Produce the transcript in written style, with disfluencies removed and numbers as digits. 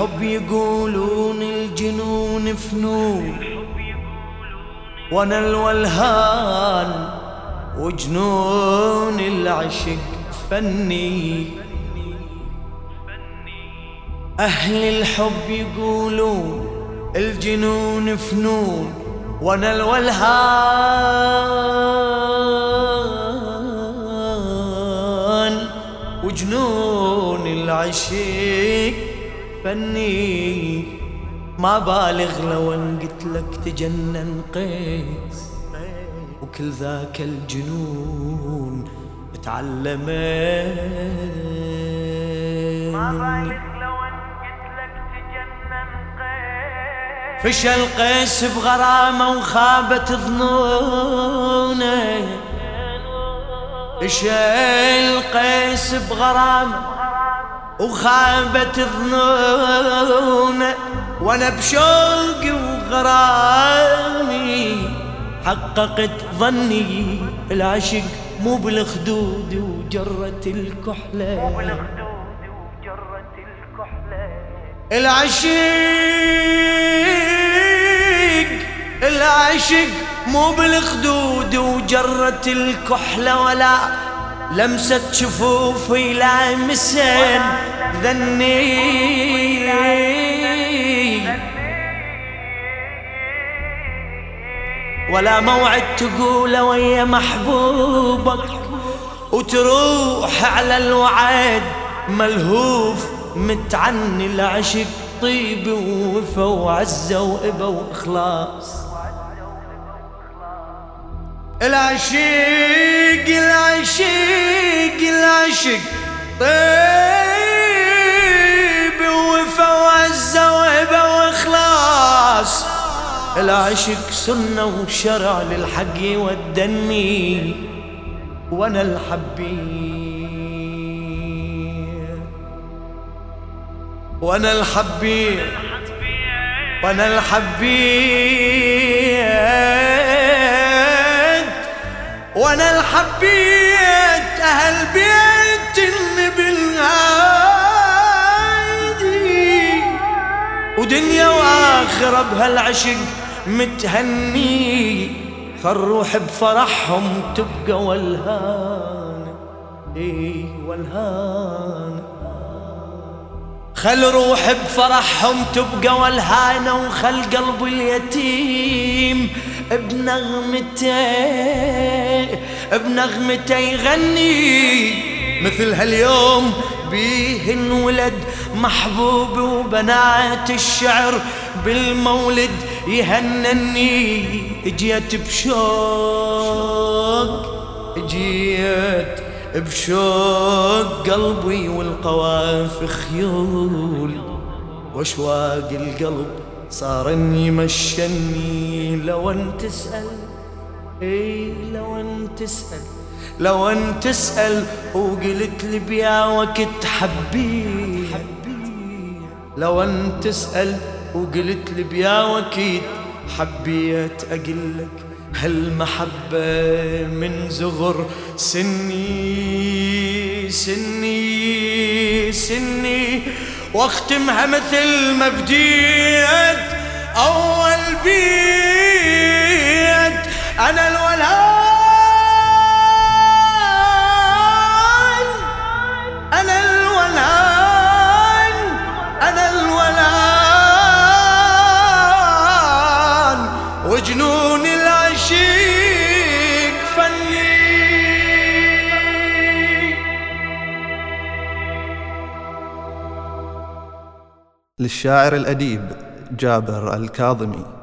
الحب يقولون الجنون فنون، وانا الولهان وجنون العشق فني. أهل الحب يقولون الجنون فنون، وانا الولهان وجنون العشق فني. ما بالغ لو ان قلت لك تجنن قيس، وكل ذاك الجنون تعلمه. ما بالغ لو ان قلت لك تجنن قيس، فشل قيس بغرامه وخابت ظنونه. فشل قيس بغرامه وخابت ظنونه، وانا بشوقي وغرامي حققت ظني. العشق مو بالخدود وجرة الكحلة، العشق مو بالخدود وجرة الكحلة، ولا لمسة شفوفي لامسن ذني، ولا موعد تقوله ويا محبوبك وتروح على الوعد ملهوف متعني. العشق طيب ووفا وعزة وإبا وإخلاص. العشق طيب ووفا وعزة وإبا وإخلاص. العشق سنة وشرع للحق يودني، وانا الحبيب وانا الحبيب وانا الحبيب وانا الحبيت اهل بيت النبي الهادي، ودنيا واخره بهالعشق متهني. فالروح بفرحهم تبقى والهان، والهان. خل روح بفرحهم تبقى والهانة، وخل قلب اليتيم بنغمته يغني. مثل هاليوم بيه انولد محبوب، وبنات الشعر بالمولد يهنني. جيت بشوق قلبي والقوافي خيول، واشواق القلب صار يمشني. لو ان تسأل لو ان تسأل وقلت لي بيا وقت حبي، لو ان تسأل وقلت لي بيا وقت حبيت أقلك هالمحبة من زغر سني، واختمها مثل ما بديت أول بيت. أنا الولهان وجنون العشق فني. للشاعر الأديب جابر الكاظمي.